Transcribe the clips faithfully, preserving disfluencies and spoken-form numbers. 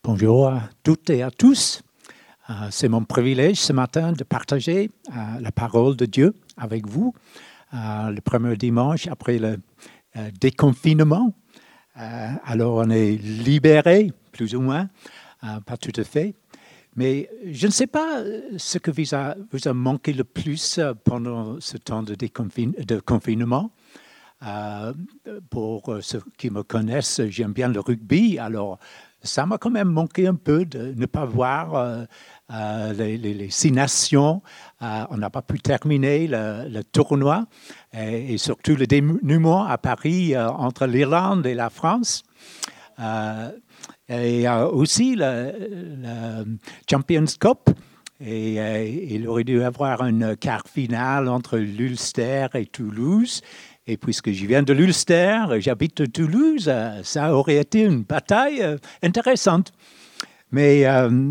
Bonjour à toutes et à tous. Euh, c'est mon privilège ce matin de partager euh, la parole de Dieu avec vous. Euh, le premier dimanche après le euh, déconfinement. Euh, alors on est libéré, plus ou moins, euh, pas tout à fait. Mais je ne sais pas ce que vous a, vous a manqué le plus pendant ce temps de, déconfin- de confinement. Euh, pour ceux qui me connaissent, j'aime bien le rugby, alors ça m'a quand même manqué un peu de ne pas voir euh, euh, les, les, les six nations. Euh, on n'a pas pu terminer le, le tournoi et, et surtout le dénouement à Paris euh, entre l'Irlande et la France. Euh, et euh, aussi le, le Champions Cup. Et euh, il aurait dû y avoir un quart finale entre l'Ulster et Toulouse. Et puisque je viens de l'Ulster, j'habite à Toulouse, ça aurait été une bataille intéressante. Mais euh,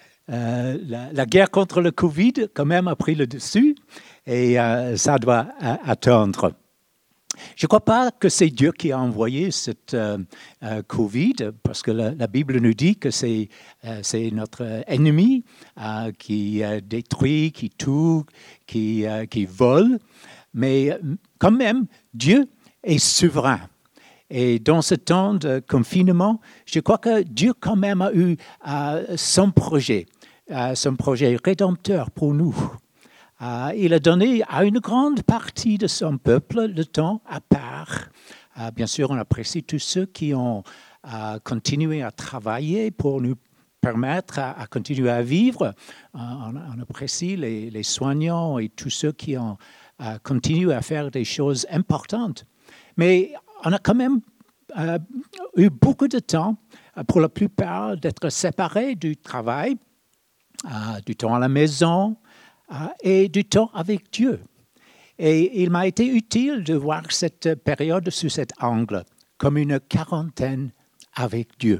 euh, la, la guerre contre le Covid, quand même, a pris le dessus et euh, ça doit attendre. Je ne crois pas que c'est Dieu qui a envoyé cette euh, euh, Covid, parce que la, la Bible nous dit que c'est, euh, c'est notre ennemi euh, qui euh, détruit, qui tue, qui, euh, qui vole. Mais quand même, Dieu est souverain. Et dans ce temps de confinement, je crois que Dieu quand même a eu euh, son projet, euh, son projet rédempteur pour nous. Euh, il a donné à une grande partie de son peuple le temps à part. Euh, bien sûr, on apprécie tous ceux qui ont euh, continué à travailler pour nous permettre à, à continuer à vivre. Euh, on, on apprécie les, les soignants et tous ceux qui ont euh, continué à faire des choses importantes. Mais on a quand même euh, eu beaucoup de temps, euh, pour la plupart, d'être séparés du travail, euh, du temps à la maison, Uh, et du temps avec Dieu. Et il m'a été utile de voir cette période sous cet angle, comme une quarantaine avec Dieu.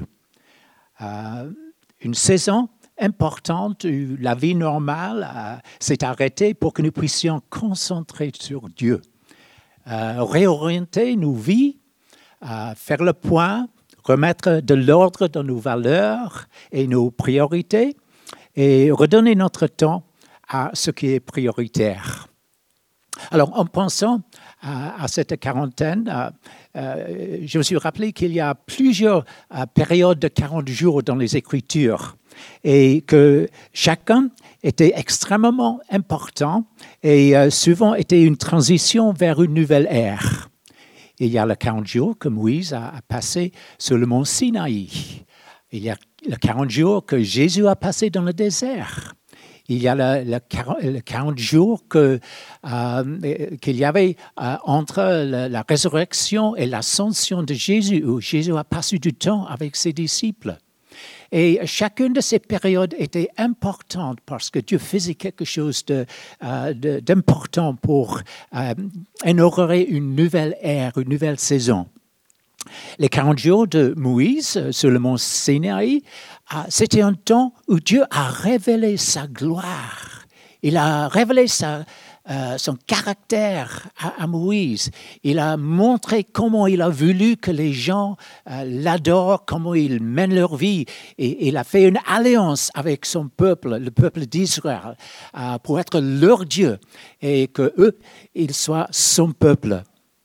Uh, une saison importante où la vie normale uh, s'est arrêtée pour que nous puissions concentrer sur Dieu, uh, réorienter nos vies, uh, faire le point, remettre de l'ordre dans nos valeurs et nos priorités et redonner notre temps à ce qui est prioritaire. Alors, en pensant à, à cette quarantaine, euh, euh, je me suis rappelé qu'il y a plusieurs euh, périodes de quarante jours dans les Écritures et que chacun était extrêmement important et euh, souvent était une transition vers une nouvelle ère. Il y a les quarante jours que Moïse a, a passé sur le mont Sinaï. Il y a les quarante jours que Jésus a passé dans le désert. Il y a le, le, le quarante jours que, euh, qu'il y avait euh, entre la, la résurrection et l'ascension de Jésus, où Jésus a passé du temps avec ses disciples. Et chacune de ces périodes était importante parce que Dieu faisait quelque chose de, euh, de, d'important pour euh, inaugurer une nouvelle ère, une nouvelle saison. Les quarante jours de Moïse sur le mont Sinaï, c'était un temps où Dieu a révélé sa gloire. Il a révélé sa, euh, son caractère à, à Moïse. Il a montré comment il a voulu que les gens euh, l'adorent, comment il mène leur vie. Et il a fait une alliance avec son peuple, le peuple d'Israël, euh, pour être leur Dieu et qu'eux, ils soient son peuple.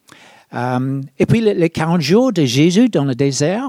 Um, et puis les quarante jours de Jésus dans le désert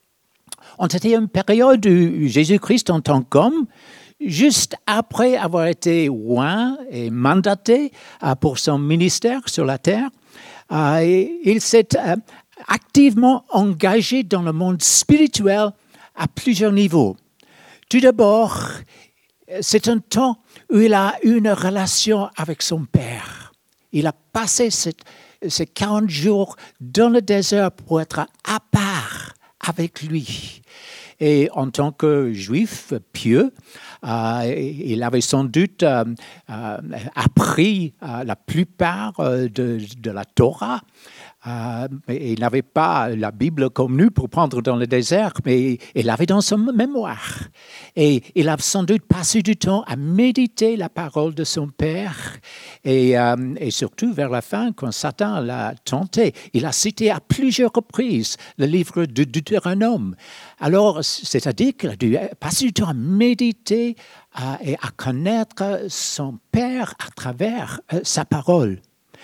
ont été une période où Jésus-Christ en tant qu'homme, juste après avoir été oint et mandaté uh, pour son ministère sur la terre, uh, et il s'est uh, activement engagé dans le monde spirituel à plusieurs niveaux. Tout d'abord, c'est un temps où il a eu une relation avec son Père. Il a passé cette ces quarante jours dans le désert pour être à part avec lui. Et en tant que juif pieux, euh, il avait sans doute euh, euh, appris euh, la plupart euh, de, de la Torah. Euh, mais il n'avait pas la Bible comme nous pour prendre dans le désert, mais il l'avait dans son mémoire. Et il a sans doute passé du temps à méditer la parole de son Père. Et, euh, et surtout, vers la fin, quand Satan l'a tenté, il a cité à plusieurs reprises le livre de Deutéronome. Alors, c'est-à-dire qu'il a dû passer du temps à méditer à, et à connaître son Père à travers euh, sa parole.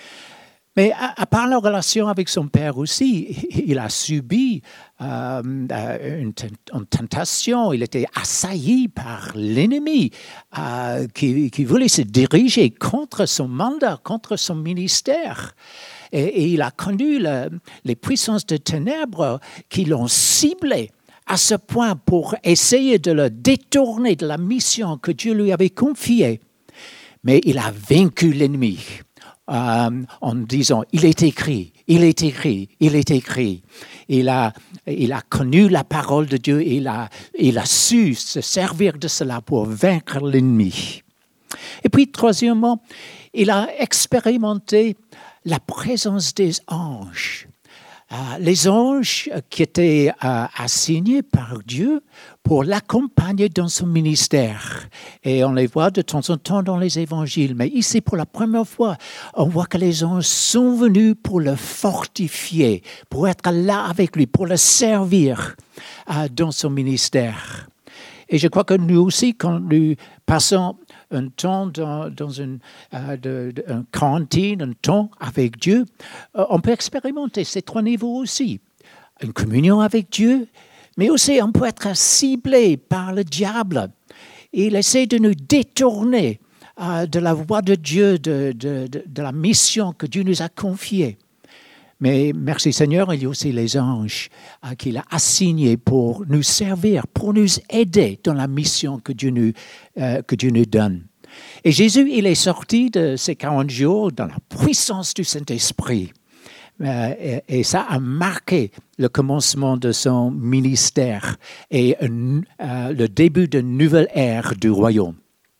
Mais à, à part la relation avec son père aussi, il a subi euh, une, une tentation, il était assailli par l'ennemi euh, qui, qui voulait se diriger contre son mandat, contre son ministère. Et, et il a connu le, les puissances de ténèbres qui l'ont ciblé à ce point pour essayer de le détourner de la mission que Dieu lui avait confiée. Mais il a vaincu l'ennemi. Euh, en disant, il est écrit, il est écrit, il est écrit. Il a, il a connu la parole de Dieu et il a, il a su se servir de cela pour vaincre l'ennemi. Et puis, troisièmement, il a expérimenté la présence des anges. Euh, les anges qui étaient euh, assignés par Dieu pour l'accompagner dans son ministère. Et on les voit de temps en temps dans les évangiles. Mais ici, pour la première fois, on voit que les anges sont venus pour le fortifier, pour être là avec lui, pour le servir euh, dans son ministère. Et je crois que nous aussi, quand nous passons un temps dans, dans une, euh, de, de, une quarantaine, un temps avec Dieu, euh, on peut expérimenter ces trois niveaux aussi. Une communion avec Dieu, mais aussi on peut être ciblé par le diable. Il essaie de nous détourner euh, de la voie de Dieu, de, de, de, de la mission que Dieu nous a confiée. Mais merci Seigneur, il y a aussi les anges euh, qu'il a assignés pour nous servir, pour nous aider dans la mission que Dieu nous, euh, que Dieu nous donne. Et Jésus, il est sorti de ces quarante jours dans la puissance du Saint-Esprit. Euh, et, et ça a marqué le commencement de son ministère et euh, le début d'une nouvelle ère du royaume.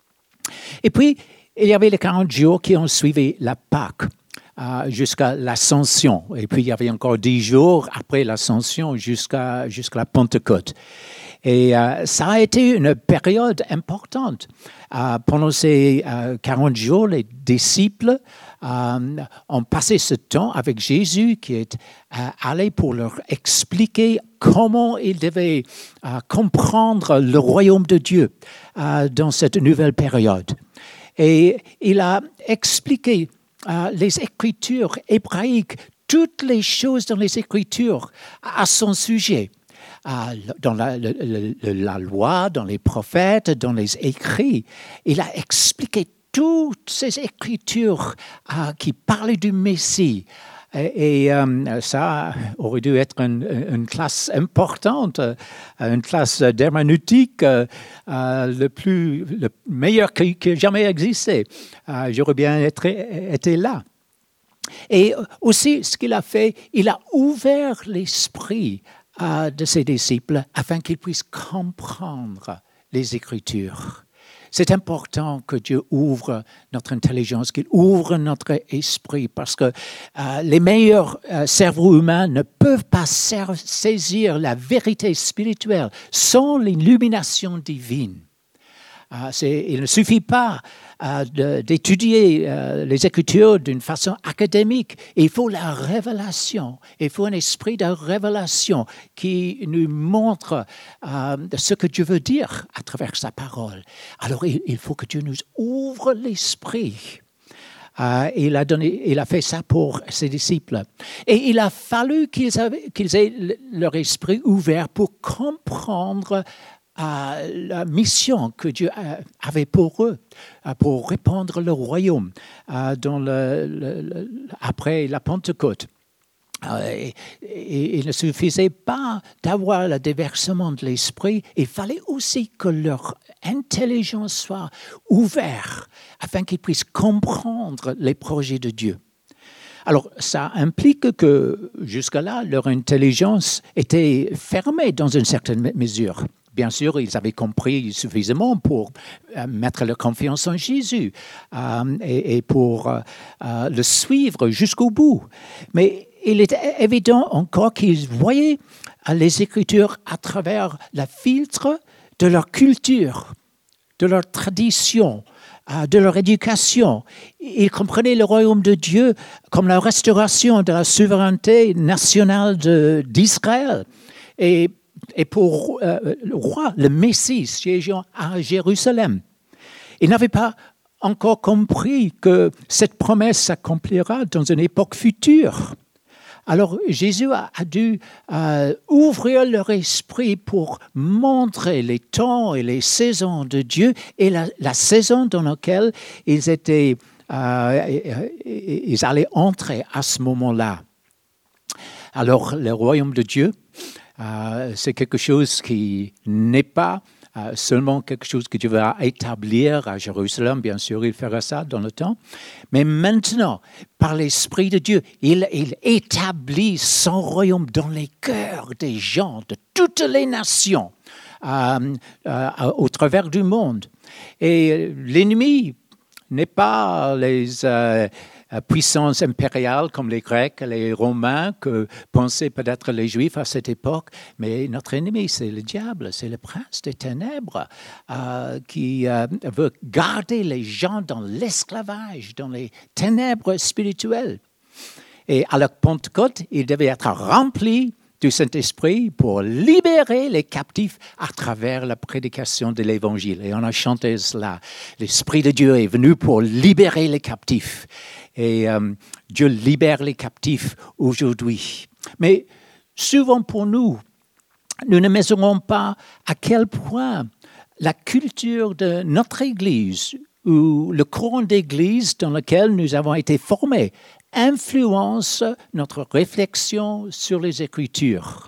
Et puis, il y avait les quarante jours qui ont suivi la Pâque. Euh, jusqu'à l'Ascension. Et puis, il y avait encore dix jours après l'Ascension jusqu'à, jusqu'à la Pentecôte. Et euh, ça a été une période importante. Euh, pendant ces euh, quarante jours, les disciples euh, ont passé ce temps avec Jésus qui est euh, allé pour leur expliquer comment ils devaient euh, comprendre le royaume de Dieu euh, dans cette nouvelle période. Et il a expliqué Euh, les Écritures hébraïques, toutes les choses dans les Écritures à son sujet, euh, dans la, la, la, la loi, dans les prophètes, dans les écrits. Il a expliqué toutes ces Écritures euh, qui parlaient du Messie. Et, et euh, ça aurait dû être une, une classe importante, une classe d'herméneutique euh, le plus, le meilleur qui, qui ait jamais existé. Euh, j'aurais bien été, été là. Et aussi, ce qu'il a fait, il a ouvert l'esprit euh, de ses disciples afin qu'ils puissent comprendre les Écritures. C'est important que Dieu ouvre notre intelligence, qu'il ouvre notre esprit, parce que euh, les meilleurs euh, cerveaux humains ne peuvent pas saisir la vérité spirituelle sans l'illumination divine. Euh, c'est, il ne suffit pas euh, de, d'étudier euh, les Écritures d'une façon académique. Il faut la révélation. Il faut un esprit de révélation qui nous montre euh, ce que Dieu veut dire à travers sa parole. Alors, il, il faut que Dieu nous ouvre l'esprit. Euh, il, a donné, il a fait ça pour ses disciples. Et il a fallu qu'ils, avaient, qu'ils aient leur esprit ouvert pour comprendre à la mission que Dieu avait pour eux, pour répandre le royaume dans le, le, le, après la Pentecôte. Et, et, il ne suffisait pas d'avoir le déversement de l'esprit, il fallait aussi que leur intelligence soit ouverte afin qu'ils puissent comprendre les projets de Dieu. Alors, ça implique que jusque-là, leur intelligence était fermée dans une certaine mesure. Bien sûr, ils avaient compris suffisamment pour euh, mettre leur confiance en Jésus euh, et, et pour euh, le suivre jusqu'au bout. Mais il est évident encore qu'ils voyaient les Écritures à travers le filtre de leur culture, de leur tradition, de leur éducation. Ils comprenaient le royaume de Dieu comme la restauration de la souveraineté nationale de, d'Israël. Et, et pour euh, le roi, le Messie, siégeant à Jérusalem. Ils n'avaient pas encore compris que cette promesse s'accomplira dans une époque future. Alors Jésus a, a dû euh, ouvrir leur esprit pour montrer les temps et les saisons de Dieu et la, la saison dans laquelle ils étaient, euh, ils allaient entrer à ce moment-là. Alors le royaume de Dieu, euh, c'est quelque chose qui n'est pas Euh, seulement quelque chose que Dieu va établir à Jérusalem. Bien sûr, il fera ça dans le temps. Mais maintenant, par l'Esprit de Dieu, il, il établit son royaume dans les cœurs des gens de toutes les nations euh, euh, au travers du monde. Et l'ennemi n'est pas les euh, puissances impériales comme les Grecs, les Romains, que pensaient peut-être les Juifs à cette époque, mais notre ennemi, c'est le diable, c'est le prince des ténèbres euh, qui euh, veut garder les gens dans l'esclavage, dans les ténèbres spirituelles. Et à la Pentecôte, il devait être rempli du Saint-Esprit pour libérer les captifs à travers la prédication de l'Évangile. Et on a chanté cela. L'Esprit de Dieu est venu pour libérer les captifs. Et euh, Dieu libère les captifs aujourd'hui. Mais souvent pour nous, nous ne mesurons pas à quel point la culture de notre Église ou le courant d'Église dans lequel nous avons été formés influence notre réflexion sur les Écritures.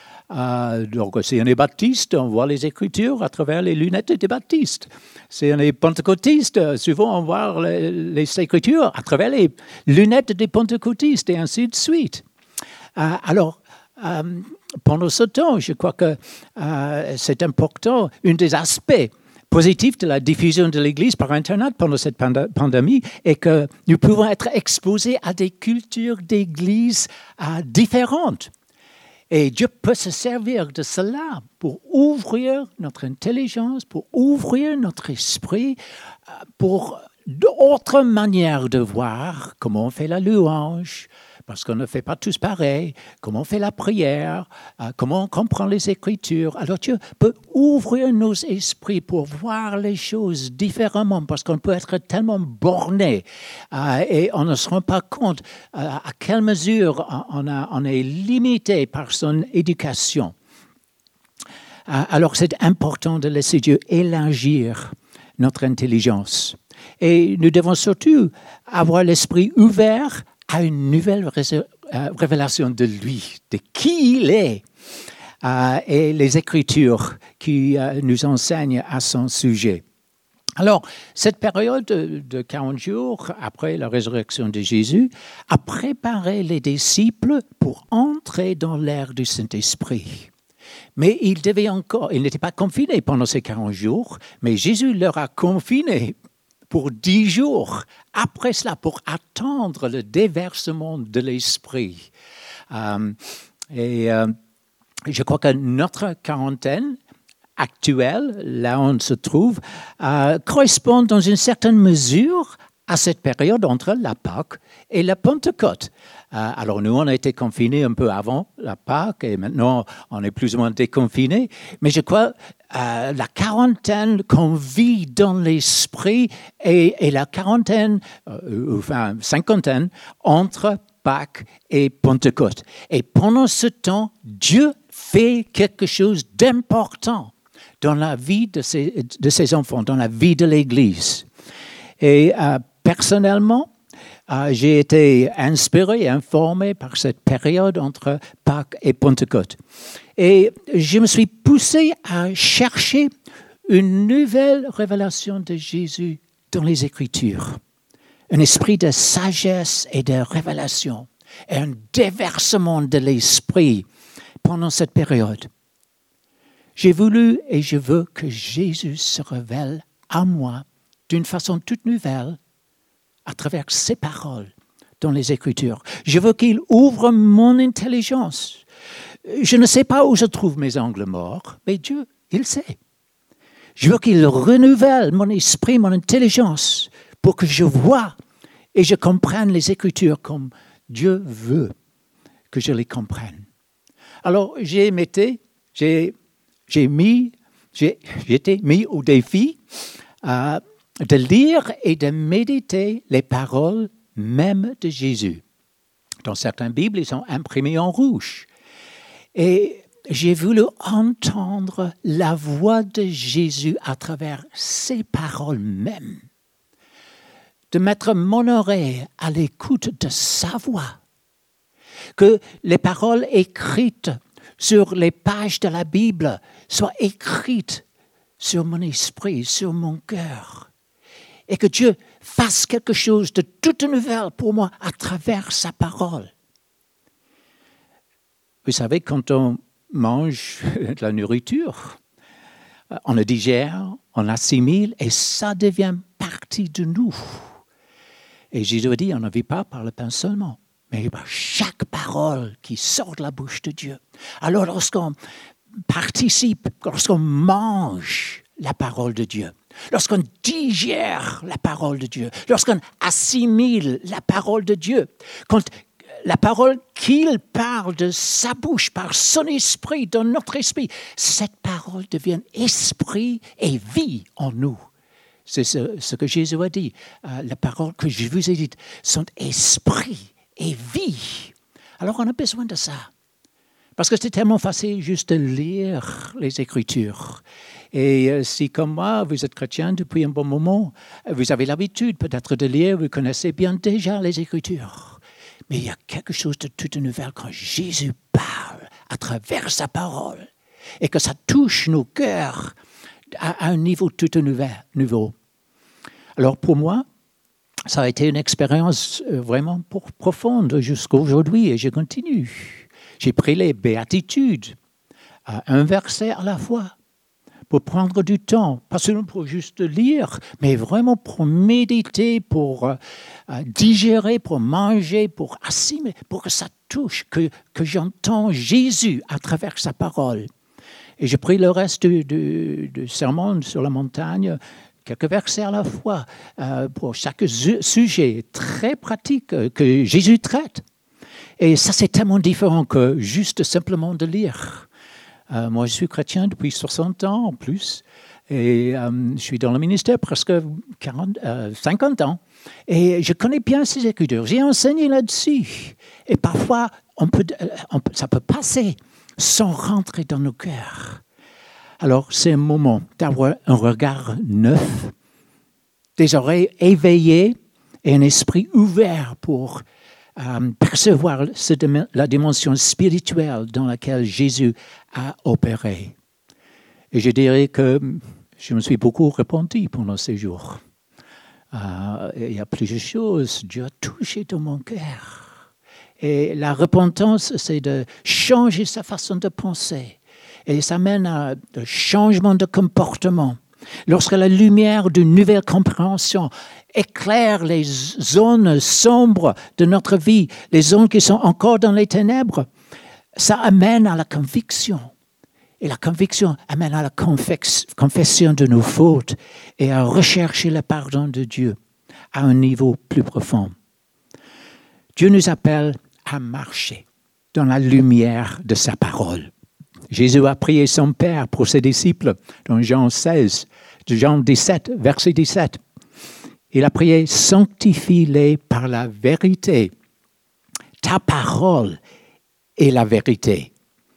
Euh, donc, si on est baptiste, on voit les Écritures à travers les lunettes des baptistes. Si on est pentecôtiste, souvent on voit les, les Écritures à travers les lunettes des pentecôtistes et ainsi de suite. Euh, alors, euh, pendant ce temps, je crois que euh, c'est important, un des aspects positif de la diffusion de l'Église par Internet pendant cette pandémie est que nous pouvons être exposés à des cultures d'Église euh, différentes. Et Dieu peut se servir de cela pour ouvrir notre intelligence, pour ouvrir notre esprit, euh, pour d'autres manières de voir comment on fait la louange, parce qu'on ne fait pas tous pareil, comment on fait la prière, euh, comment on comprend les Écritures. Alors Dieu peut ouvrir nos esprits pour voir les choses différemment, parce qu'on peut être tellement borné euh, et on ne se rend pas compte euh, à quelle mesure on, a, on est limité par son éducation. Euh, alors c'est important de laisser Dieu élargir notre intelligence. Et nous devons surtout avoir l'esprit ouvert à une nouvelle révélation de lui, de qui il est, euh, et les Écritures qui euh, nous enseignent à son sujet. Alors, cette période de quarante jours après la résurrection de Jésus a préparé les disciples pour entrer dans l'ère du Saint-Esprit. Mais ils devaient encore, ils n'étaient pas confinés pendant ces quarante jours, mais Jésus leur a confinés pour dix jours, après cela, pour attendre le déversement de l'Esprit. Euh, et euh, je crois que notre quarantaine actuelle, là où on se trouve, euh, correspond dans une certaine mesure à cette période entre la Pâque et la Pentecôte. Euh, alors nous, on a été confinés un peu avant la Pâque et maintenant, on est plus ou moins déconfinés. Mais je crois euh, la quarantaine qu'on vit dans l'esprit et, et la quarantaine, euh, enfin cinquantaine, entre Pâques et Pentecôte. Et pendant ce temps, Dieu fait quelque chose d'important dans la vie de ses, de ses enfants, dans la vie de l'Église. Et euh, personnellement, euh, j'ai été inspiré, informé par cette période entre Pâques et Pentecôte. Et je me suis poussé à chercher une nouvelle révélation de Jésus dans les Écritures. Un esprit de sagesse et de révélation, et un déversement de l'esprit pendant cette période. J'ai voulu et je veux que Jésus se révèle à moi d'une façon toute nouvelle à travers ses paroles, dans les Écritures. Je veux qu'il ouvre mon intelligence. Je ne sais pas où je trouve mes angles morts, mais Dieu, il sait. Je veux qu'il renouvelle mon esprit, mon intelligence, pour que je vois et je comprenne les Écritures comme Dieu veut que je les comprenne. Alors, j'ai été, j'ai, j'ai mis, j'ai, j'ai été mis au défi euh, de lire et de méditer les paroles même de Jésus. Dans certaines Bibles, ils sont imprimés en rouge. Et j'ai voulu entendre la voix de Jésus à travers ses paroles mêmes, de mettre mon oreille à l'écoute de sa voix, que les paroles écrites sur les pages de la Bible soient écrites sur mon esprit, sur mon cœur, et que Dieu fasse quelque chose de tout nouvel pour moi à travers sa parole. Vous savez, quand on mange de la nourriture, on le digère, on assimile, et ça devient partie de nous. Et Jésus a dit, on ne vit pas par le pain seulement, mais par chaque parole qui sort de la bouche de Dieu. Alors lorsqu'on participe, lorsqu'on mange la parole de Dieu, lorsqu'on digère la parole de Dieu, lorsqu'on assimile la parole de Dieu, quand la parole qu'il parle de sa bouche, par son esprit, dans notre esprit, cette parole devient esprit et vie en nous. C'est ce, ce que Jésus a dit. Euh, les paroles que je vous ai dites sont esprit et vie. Alors on a besoin de ça. Parce que c'est tellement facile juste de lire les Écritures. Et euh, si, comme moi, vous êtes chrétien depuis un bon moment, vous avez l'habitude peut-être de lire, vous connaissez bien déjà les Écritures. Mais il y a quelque chose de tout nouvel quand Jésus parle à travers sa parole et que ça touche nos cœurs à un niveau tout nouveau. Alors pour moi, ça a été une expérience vraiment profonde jusqu'à aujourd'hui et je continue. J'ai pris les béatitudes, un verset à la fois, pour prendre du temps, pas seulement pour juste lire, mais vraiment pour méditer, pour euh, digérer, pour manger, pour assimiler, pour que ça touche, que, que j'entends Jésus à travers sa parole. Et j'ai pris le reste du, du, du sermon sur la montagne, quelques versets à la fois, euh, pour chaque sujet très pratique que Jésus traite. Et ça, c'est tellement différent que juste simplement de lire. Euh, moi, je suis chrétien depuis soixante ans en plus, et euh, je suis dans le ministère presque quarante, euh, cinquante ans, et je connais bien ces Écritures. J'ai enseigné là-dessus, et parfois, on peut, on peut, ça peut passer sans rentrer dans nos cœurs. Alors, c'est un moment d'avoir un regard neuf, des oreilles éveillées et un esprit ouvert pour euh, percevoir ce, la dimension spirituelle dans laquelle Jésus a opéré. Et je dirais que je me suis beaucoup repenti pendant ces jours. Euh, il y a plusieurs choses. Dieu a touché dans mon cœur. Et la repentance, c'est de changer sa façon de penser. Et ça mène à un changement de comportement. Lorsque la lumière d'une nouvelle compréhension éclaire les zones sombres de notre vie, les zones qui sont encore dans les ténèbres, ça amène à la conviction. Et la conviction amène à la confession de nos fautes et à rechercher le pardon de Dieu à un niveau plus profond. Dieu nous appelle à marcher dans la lumière de sa parole. Jésus a prié son Père pour ses disciples dans Jean seize, Jean dix-sept, verset dix-sept. Il a prié « Sanctifie-les par la vérité. Ta parole est la vérité. »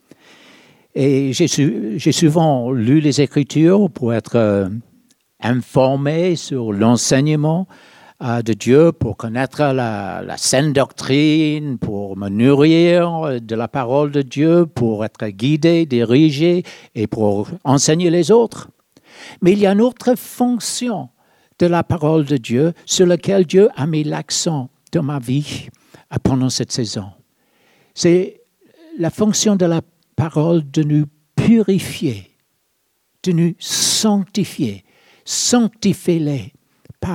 Et j'ai, su, j'ai souvent lu les Écritures pour être euh, informé sur l'enseignement euh, de Dieu, pour connaître la, la saine doctrine, pour me nourrir de la parole de Dieu, pour être guidé, dirigé et pour enseigner les autres. Mais il y a une autre fonction de la parole de Dieu sur laquelle Dieu a mis l'accent dans ma vie pendant cette saison. C'est la fonction de la parole de nous purifier, de nous sanctifier. Sanctifie-les par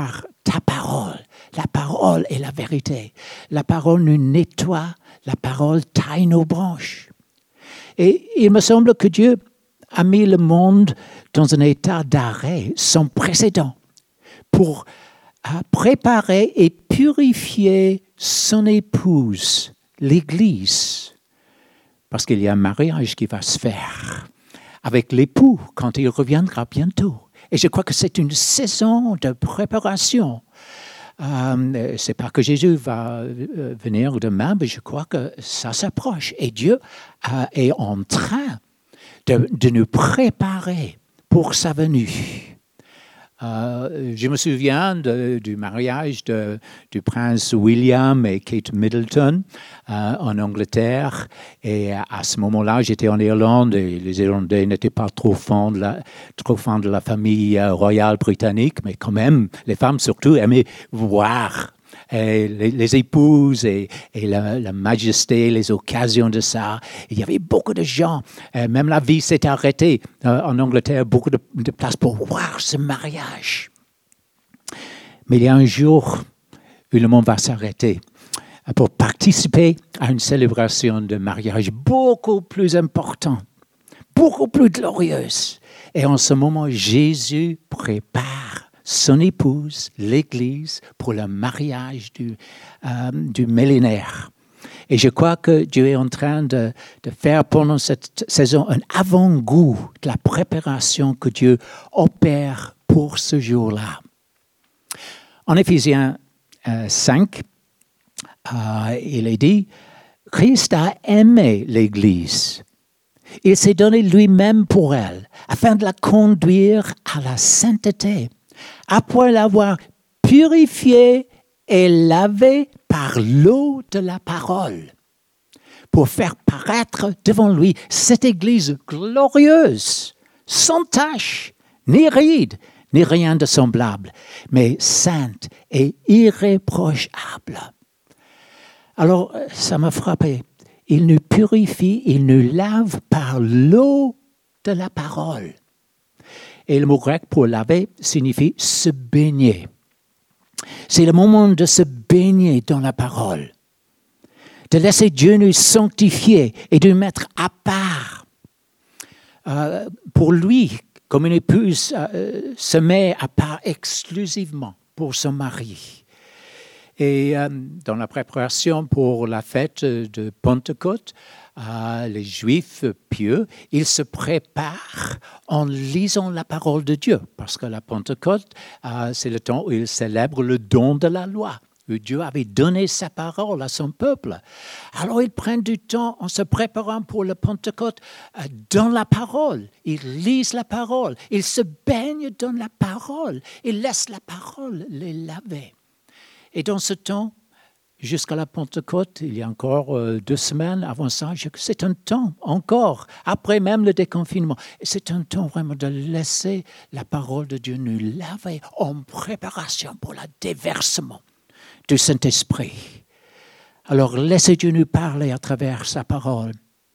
ta parole. La parole est la vérité. La parole nous nettoie. La parole taille nos branches. Et il me semble que Dieu a mis le monde dans un état d'arrêt sans précédent pour préparer et purifier son épouse, l'Église. Parce qu'il y a un mariage qui va se faire avec l'époux quand il reviendra bientôt. Et je crois que c'est une saison de préparation. Euh, c'est pas que Jésus va euh, venir demain, mais je crois que ça s'approche. Et Dieu euh, est en train de, de nous préparer pour sa venue. Euh, je me souviens de, du mariage de, du prince William et Kate Middleton euh, en Angleterre. Et à ce moment-là, j'étais en Irlande et les Irlandais n'étaient pas trop fans de la, trop fans de la famille euh, royale britannique, mais quand même, les femmes surtout aimaient voir et les, les épouses et, et la, la majesté, les occasions de ça. Il y avait beaucoup de gens, euh, même la vie s'est arrêtée euh, en Angleterre, beaucoup de, de place pour voir ce mariage. Mais il y a un jour où le monde va s'arrêter pour participer à une célébration de mariage beaucoup plus importante, beaucoup plus glorieuse. Et en ce moment, Jésus prépare son épouse, l'Église, pour le mariage du, euh, du millénaire. Et je crois que Dieu est en train de, de faire pendant cette saison un avant-goût de la préparation que Dieu opère pour ce jour-là. En Éphésiens euh, cinq, euh, il est dit, Christ a aimé l'Église. Il s'est donné lui-même pour elle, afin de la conduire à la sainteté, après l'avoir purifiée et lavée par l'eau de la parole, pour faire paraître devant lui cette Église glorieuse, sans tache, ni ride, ni rien de semblable, mais sainte et irréprochable. Alors, ça m'a frappé. Il nous purifie, il nous lave par l'eau de la parole. Et le mot grec pour laver signifie se baigner. C'est le moment de se baigner dans la parole, de laisser Dieu nous sanctifier et de nous mettre à part. Euh, pour lui, comme une épouse euh, se met à part exclusivement pour son mari. Et euh, dans la préparation pour la fête de Pentecôte, euh, les Juifs pieux, ils se préparent en lisant la parole de Dieu, parce que la Pentecôte, euh, c'est le temps où ils célèbrent le don de la loi, où Dieu avait donné sa parole à son peuple. Alors ils prennent du temps en se préparant pour le Pentecôte euh, dans la parole. Ils lisent la parole, ils se baignent dans la parole, ils laissent la parole les laver. Et dans ce temps, jusqu'à la Pentecôte, il y a encore euh, deux semaines avant ça, c'est un temps encore, après même le déconfinement, c'est un temps vraiment de laisser la parole de Dieu nous laver en préparation pour le déversement du Saint-Esprit. Alors laissez Dieu nous parler à travers sa parole.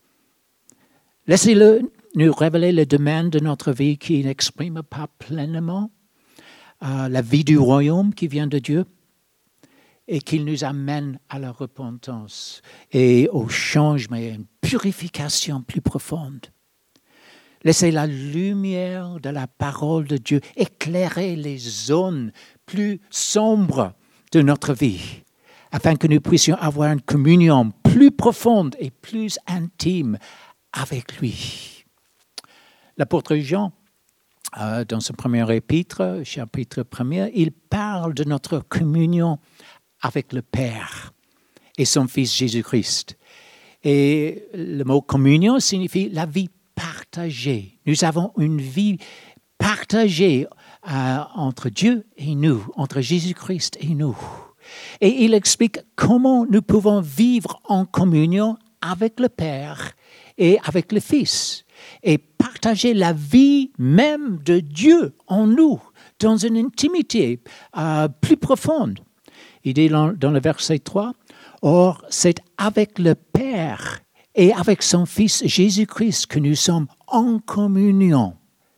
Laissez-le nous révéler les domaines de notre vie qui n'expriment pas pleinement euh, la vie du royaume qui vient de Dieu, et qu'il nous amène à la repentance et au changement et à une purification plus profonde. Laissez la lumière de la parole de Dieu éclairer les zones plus sombres de notre vie, afin que nous puissions avoir une communion plus profonde et plus intime avec lui. L'apôtre Jean, euh, dans son premier épître, chapitre premier, il parle de notre communion avec le Père et son Fils Jésus-Christ. Et le mot communion signifie la vie partagée. Nous avons une vie partagée euh, entre Dieu et nous, entre Jésus-Christ et nous. Et il explique comment nous pouvons vivre en communion avec le Père et avec le Fils et partager la vie même de Dieu en nous dans une intimité euh, plus profonde. Il dit dans, dans le verset trois, « Or, c'est avec le Père et avec son Fils Jésus-Christ que nous sommes en communion.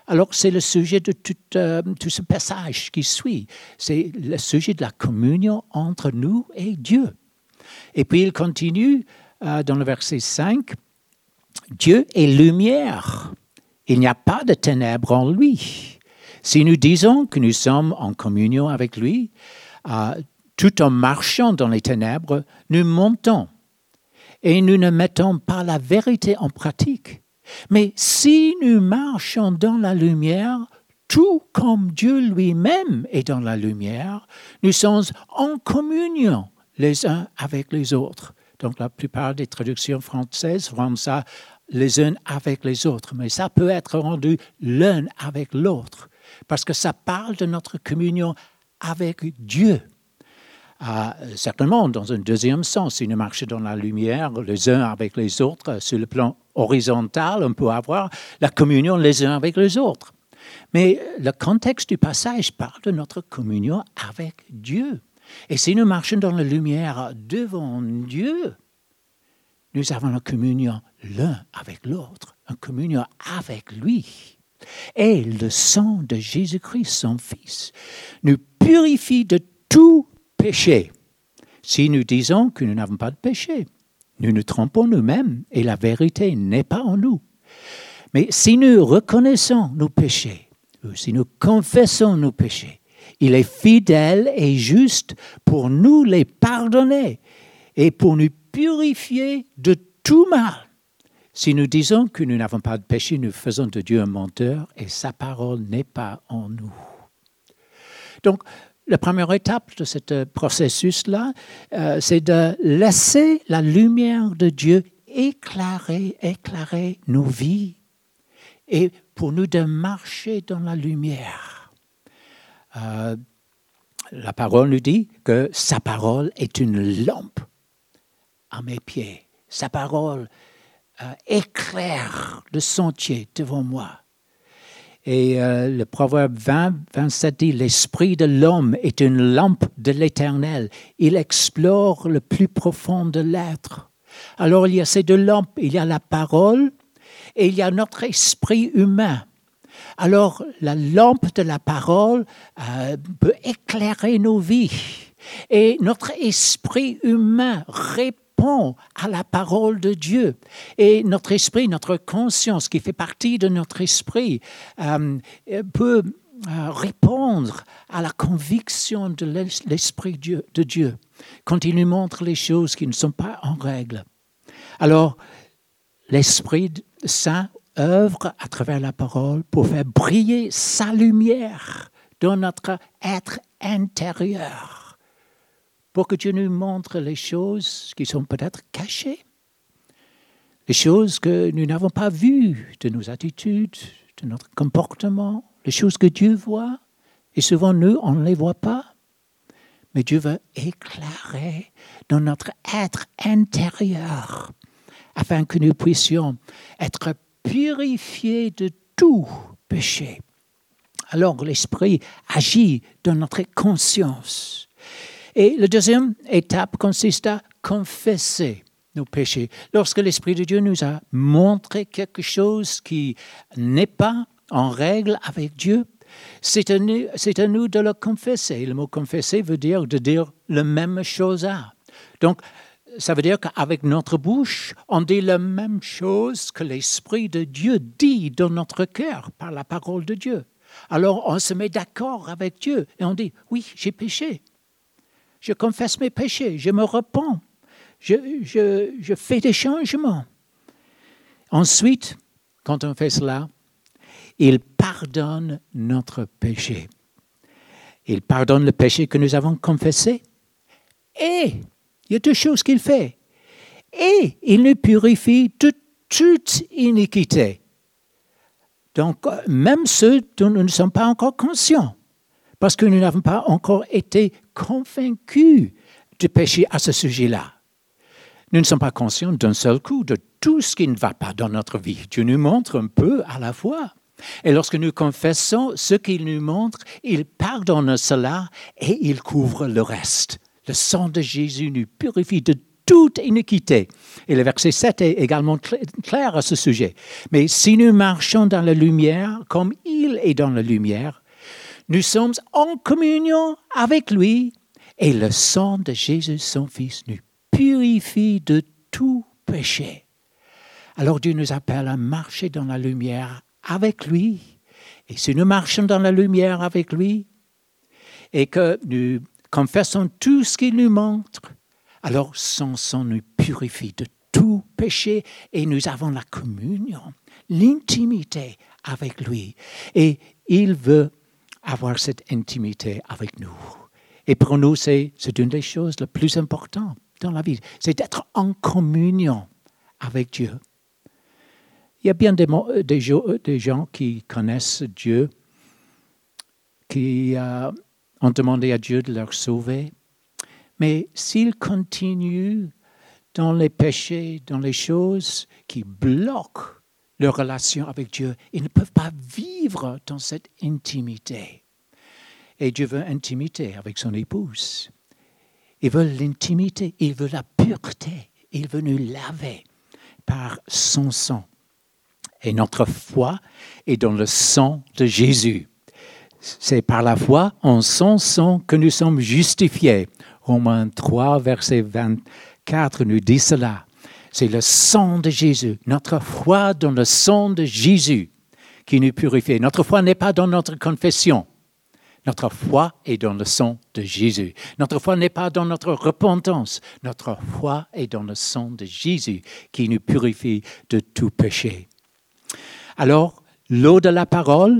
Alors, c'est le sujet de tout, euh, tout ce passage qui suit. C'est le sujet de la communion entre nous et Dieu. Et puis, il continue euh, dans le verset cinq. Dieu est lumière. Il n'y a pas de ténèbres en lui. Si nous disons que nous sommes en communion avec lui, euh, tout en marchant dans les ténèbres, nous mentons et nous ne mettons pas la vérité en pratique. Mais si nous marchons dans la lumière, tout comme Dieu lui-même est dans la lumière, nous sommes en communion les uns avec les autres. Donc la plupart des traductions françaises rendent ça les uns avec les autres, mais ça peut être rendu l'un avec l'autre, parce que ça parle de notre communion avec Dieu. Euh, certainement, dans un deuxième sens, si nous marchons dans la lumière les uns avec les autres, sur le plan horizontal, on peut avoir la communion les uns avec les autres. Mais le contexte du passage parle de notre communion avec Dieu. Et si nous marchons dans la lumière devant Dieu, nous avons la communion l'un avec l'autre, une communion avec lui. Et le sang de Jésus-Christ, son Fils, nous purifie de tout péché. Si nous disons que nous n'avons pas de péché, nous nous trompons nous-mêmes et la vérité n'est pas en nous. Mais si nous reconnaissons nos péchés, ou si nous confessons nos péchés, il est fidèle et juste pour nous les pardonner et pour nous purifier de tout mal. Si nous disons que nous n'avons pas de péché, nous faisons de Dieu un menteur et sa parole n'est pas en nous. Donc, la première étape de ce processus-là, euh, c'est de laisser la lumière de Dieu éclairer, éclairer nos vies et pour nous de marcher dans la lumière. Euh, la parole nous dit que sa parole est une lampe à mes pieds. Sa parole euh, éclaire le sentier devant moi. Et euh, le Proverbe vingt, vingt-sept dit « L'esprit de l'homme est une lampe de l'Éternel. Il explore le plus profond de l'être. » Alors, il y a ces deux lampes. Il y a la parole et il y a notre esprit humain. Alors, la lampe de la parole euh, peut éclairer nos vies. Et notre esprit humain répond à la parole de Dieu. Et notre esprit, notre conscience, qui fait partie de notre esprit, euh, peut euh, répondre à la conviction de l'esprit de Dieu quand il nous montre les choses qui ne sont pas en règle. Alors, l'Esprit Saint œuvre à travers la parole pour faire briller sa lumière dans notre être intérieur, pour que Dieu nous montre les choses qui sont peut-être cachées, les choses que nous n'avons pas vues de nos attitudes, de notre comportement, les choses que Dieu voit, et souvent nous, on ne les voit pas. Mais Dieu veut éclairer dans notre être intérieur afin que nous puissions être purifiés de tout péché. Alors l'Esprit agit dans notre conscience. Et la deuxième étape consiste à confesser nos péchés. Lorsque l'Esprit de Dieu nous a montré quelque chose qui n'est pas en règle avec Dieu, c'est à nous, c'est à nous de le confesser. Le mot confesser veut dire de dire la même chose à. Donc, ça veut dire qu'avec notre bouche, on dit la même chose que l'Esprit de Dieu dit dans notre cœur par la parole de Dieu. Alors, on se met d'accord avec Dieu et on dit, oui, j'ai péché. Je confesse mes péchés, je me repens, je, je, je fais des changements. Ensuite, quand on fait cela, il pardonne notre péché. Il pardonne le péché que nous avons confessé. Et il y a deux choses qu'il fait. Et il nous purifie de toute iniquité. Donc, même ceux dont nous ne sommes pas encore conscients, parce que nous n'avons pas encore été convaincus de péché à ce sujet-là. Nous ne sommes pas conscients d'un seul coup de tout ce qui ne va pas dans notre vie. Dieu nous montre un peu à la fois. Et lorsque nous confessons ce qu'il nous montre, il pardonne cela et il couvre le reste. Le sang de Jésus nous purifie de toute iniquité. Et le verset sept est également clair à ce sujet. Mais si nous marchons dans la lumière, comme il est dans la lumière, nous sommes en communion avec lui et le sang de Jésus, son Fils, nous purifie de tout péché. Alors Dieu nous appelle à marcher dans la lumière avec lui. Et si nous marchons dans la lumière avec lui et que nous confessons tout ce qu'il nous montre, alors son sang nous purifie de tout péché et nous avons la communion, l'intimité avec lui. Et il veut avoir cette intimité avec nous. Et pour nous, c'est, c'est une des choses les plus importantes dans la vie. C'est d'être en communion avec Dieu. Il y a bien des, des, des gens qui connaissent Dieu, qui euh, ont demandé à Dieu de leur sauver. Mais s'ils continuent dans les péchés, dans les choses qui bloquent leur relation avec Dieu, ils ne peuvent pas vivre dans cette intimité. Et Dieu veut intimité avec son épouse. Il veut l'intimité, il veut la pureté, il veut nous laver par son sang. Et notre foi est dans le sang de Jésus. C'est par la foi en son sang que nous sommes justifiés. Romains trois, verset vingt-quatre nous dit cela. C'est le sang de Jésus, notre foi dans le sang de Jésus qui nous purifie. Notre foi n'est pas dans notre confession. Notre foi est dans le sang de Jésus. Notre foi n'est pas dans notre repentance. Notre foi est dans le sang de Jésus qui nous purifie de tout péché. Alors, l'eau de la parole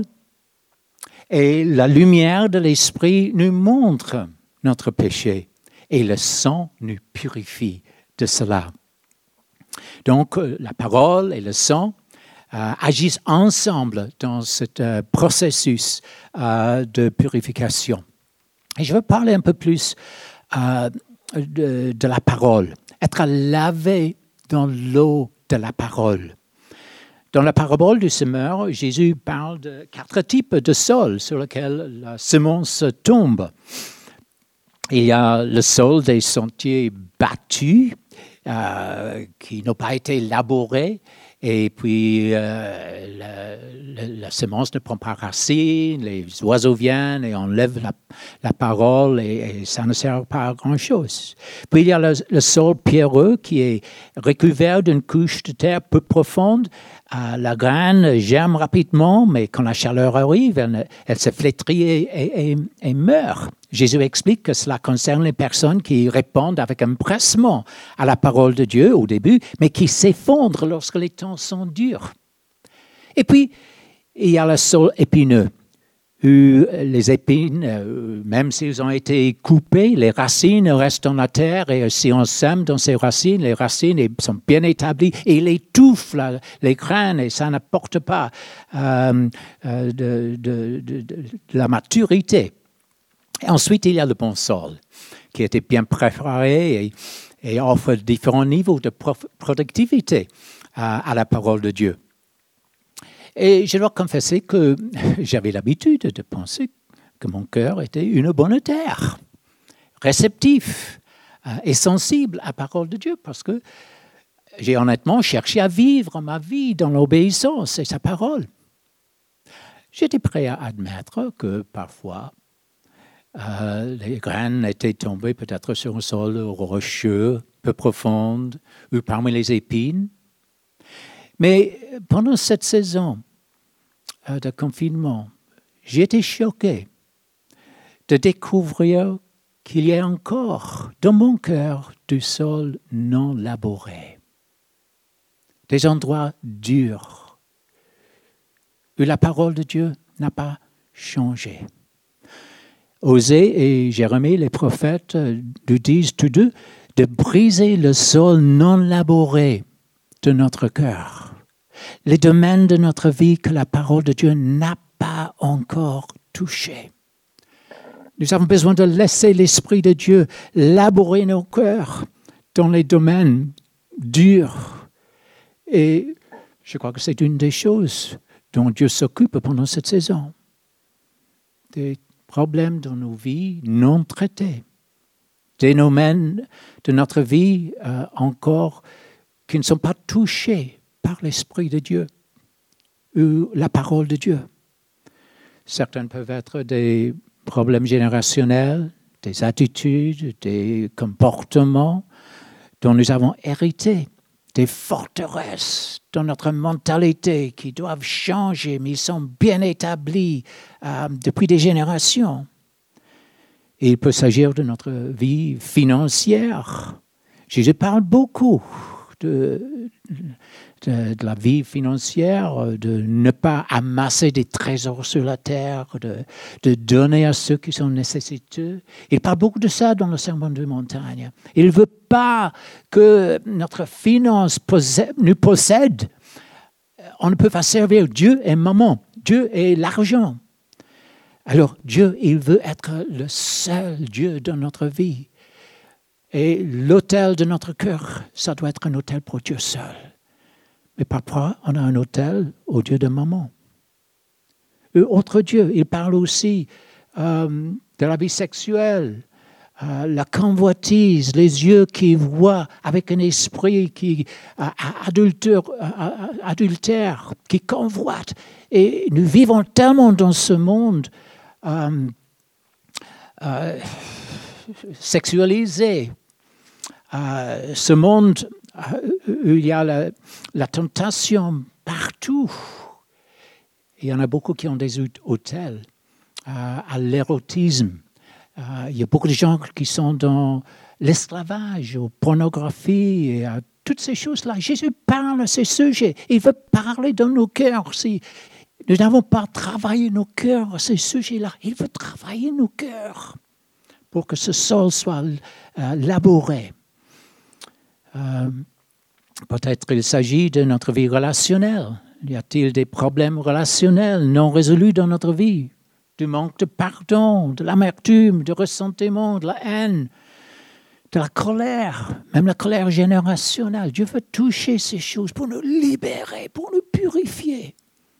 et la lumière de l'esprit nous montrent notre péché et le sang nous purifie de cela. Donc, la parole et le sang euh, agissent ensemble dans ce euh, processus euh, de purification. Et je veux parler un peu plus euh, de, de la parole. Être lavé dans l'eau de la parole. Dans la parabole du semeur, Jésus parle de quatre types de sols sur lesquels la semence tombe. Il y a le sol des sentiers battus, euh, qui n'ont pas été labourés, et puis euh, la, la, la semence ne prend pas racine, les oiseaux viennent et enlèvent la, la parole, et, et ça ne sert pas à grand-chose. Puis il y a le, le sol pierreux qui est recouvert d'une couche de terre peu profonde. Euh, la graine germe rapidement, mais quand la chaleur arrive, elle, elle se flétrit et, et, et meurt. Jésus explique que cela concerne les personnes qui répondent avec empressement à la parole de Dieu au début, mais qui s'effondrent lorsque les temps sont durs. Et puis, il y a le sol épineux, où les épines, même s'ils ont été coupés, les racines restent dans la terre, et si on sème dans ces racines, les racines sont bien établies et ils étouffent la, les graines et ça n'apporte pas euh, de, de, de, de, de la maturité. Et ensuite, il y a le bon sol, qui a été bien préparé et, et offre différents niveaux de productivité à, à la parole de Dieu. Et je dois confesser que j'avais l'habitude de penser que mon cœur était une bonne terre, réceptif euh, et sensible à la parole de Dieu, parce que j'ai honnêtement cherché à vivre ma vie dans l'obéissance et sa parole. J'étais prêt à admettre que parfois, euh, les graines étaient tombées peut-être sur un sol rocheux, peu profond, ou parmi les épines. Mais pendant cette saison de confinement, j'ai été choqué de découvrir qu'il y a encore dans mon cœur du sol non labouré. Des endroits durs où la parole de Dieu n'a pas changé. Osée et Jérémie, les prophètes, nous disent tous deux de briser le sol non labouré de notre cœur. Les domaines de notre vie que la parole de Dieu n'a pas encore touchés. Nous avons besoin de laisser l'Esprit de Dieu labourer nos cœurs dans les domaines durs. Et je crois que c'est une des choses dont Dieu s'occupe pendant cette saison. Des problèmes dans nos vies non traités. des domaines de notre vie euh, encore qui ne sont pas touchés par l'Esprit de Dieu ou la parole de Dieu. Certains peuvent être des problèmes générationnels, des attitudes, des comportements dont nous avons hérité, des forteresses dans notre mentalité qui doivent changer, mais ils sont bien établis euh, depuis des générations. Et il peut s'agir de notre vie financière. Jésus parle beaucoup de, de, de la vie financière, de ne pas amasser des trésors sur la terre, de, de donner à ceux qui sont nécessiteux. Il parle beaucoup de ça dans le Sermon de montagne. Il ne veut pas que notre finance possède, nous possède. On ne peut pas servir Dieu et maman, Dieu et l'argent. Alors Dieu, il veut être le seul Dieu dans notre vie. Et l'autel de notre cœur, ça doit être un autel pour Dieu seul. Mais parfois, on a un autel au Dieu de maman. Et autre Dieu, il parle aussi euh, de la vie sexuelle, euh, la convoitise, les yeux qui voient avec un esprit qui euh, adultère, euh, adultère, qui convoite. Et nous vivons tellement dans ce monde euh, euh, sexualisé, euh, ce monde où il y a la, la tentation partout. Il y en a beaucoup qui ont des hôtels euh, à l'érotisme. Euh, il y a beaucoup de gens qui sont dans l'esclavage, aux pornographies et à toutes ces choses-là. Jésus parle de ces sujets. Il veut parler dans nos cœurs. Si nous n'avons pas travaillé nos cœurs à ces sujets-là, il veut travailler nos cœurs pour que ce sol soit euh, labouré. Euh, peut-être il s'agit de notre vie relationnelle. Y a-t-il des problèmes relationnels non résolus dans notre vie? Du manque de pardon, de l'amertume, du ressentiment, de la haine, de la colère, même la colère générationnelle. Dieu veut toucher ces choses pour nous libérer, pour nous purifier.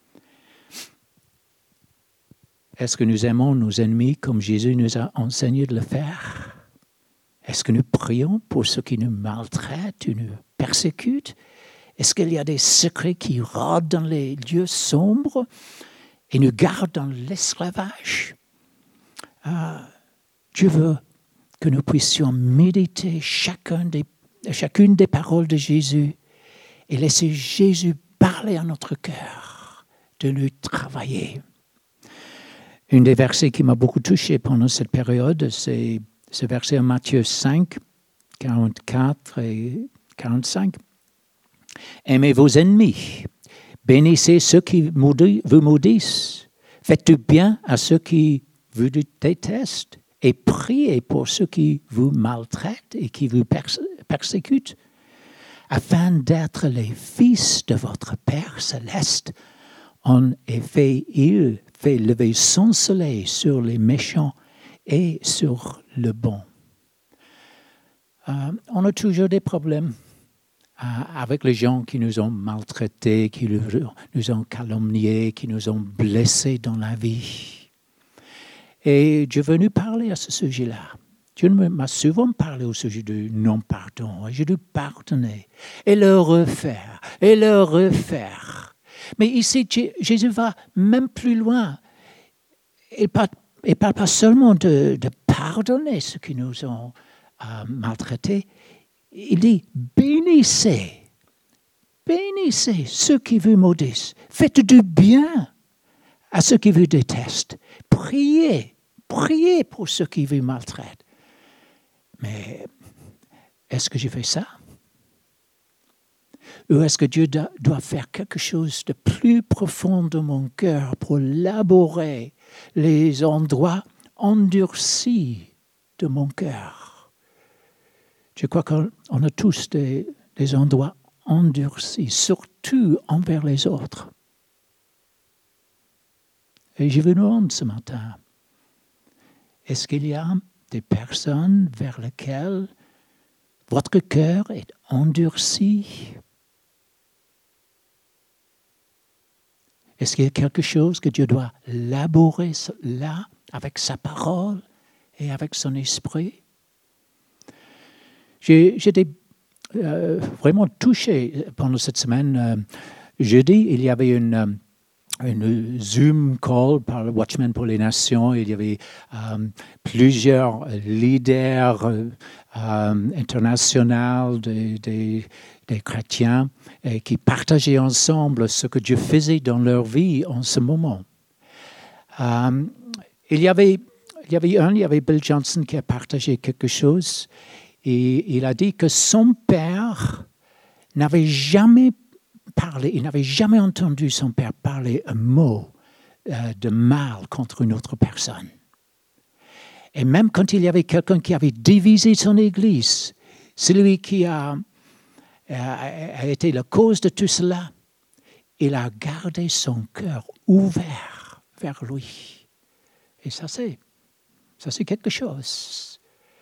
Est-ce que nous aimons nos ennemis comme Jésus nous a enseigné de le faire? Est-ce que nous prions pour ceux qui nous maltraitent ou nous persécutent? Est-ce qu'il y a des secrets qui rôdent dans les lieux sombres et nous gardent dans l'esclavage? Ah, Dieu veut que nous puissions méditer chacun des, chacune des paroles de Jésus et laisser Jésus parler à notre cœur, de nous travailler. Un des versets qui m'a beaucoup touché pendant cette période, c'est ce verset en Matthieu cinq, quarante-quatre et quarante-cinq. Aimez vos ennemis, bénissez ceux qui vous maudissent, faites du bien à ceux qui vous détestent et priez pour ceux qui vous maltraitent et qui vous perse- persécutent, afin d'être les fils de votre Père céleste. En effet, il fait lever son soleil sur les méchants et sur le bon. Euh, on a toujours des problèmes euh, avec les gens qui nous ont maltraités, qui nous, nous ont calomniés, qui nous ont blessés dans la vie. Et Dieu est venu parler à ce sujet-là. Dieu m'a souvent parlé au sujet du non-pardon. J'ai dû pardonner et le refaire, et le refaire. Mais ici, Jésus va même plus loin. Il ne parle, il parle pas seulement de, de pardonner ceux qui nous ont euh, maltraités. Il dit, bénissez, bénissez ceux qui vous maudissent. Faites du bien à ceux qui vous détestent. Priez, priez pour ceux qui vous maltraitent. Mais est-ce que je fais ça? Ou est-ce que Dieu doit faire quelque chose de plus profond dans mon cœur pour laborer les endroits endurcis de mon cœur? Je crois qu'on a tous des, des endroits endurcis, surtout envers les autres. Et je vous demande ce matin, est-ce qu'il y a des personnes vers lesquelles votre cœur est endurci? Est-ce qu'il y a quelque chose que Dieu doit laborer là, avec sa parole et avec son esprit? j'ai, j'étais euh, vraiment touché pendant cette semaine. Euh, jeudi, il y avait une, une Zoom call par le Watchman pour les Nations. Il y avait euh, plusieurs leaders euh, internationaux des, des, des chrétiens et qui partageaient ensemble ce que Dieu faisait dans leur vie en ce moment. Euh, il y avait, il y avait un, il y avait Bill Johnson qui a partagé quelque chose et il a dit que son père n'avait jamais parlé, il n'avait jamais entendu son père parler un mot euh, de mal contre une autre personne. Et même quand il y avait quelqu'un qui avait divisé son Église, celui qui a, a, a été la cause de tout cela, il a gardé son cœur ouvert vers lui. Et ça, c'est, ça, c'est quelque chose.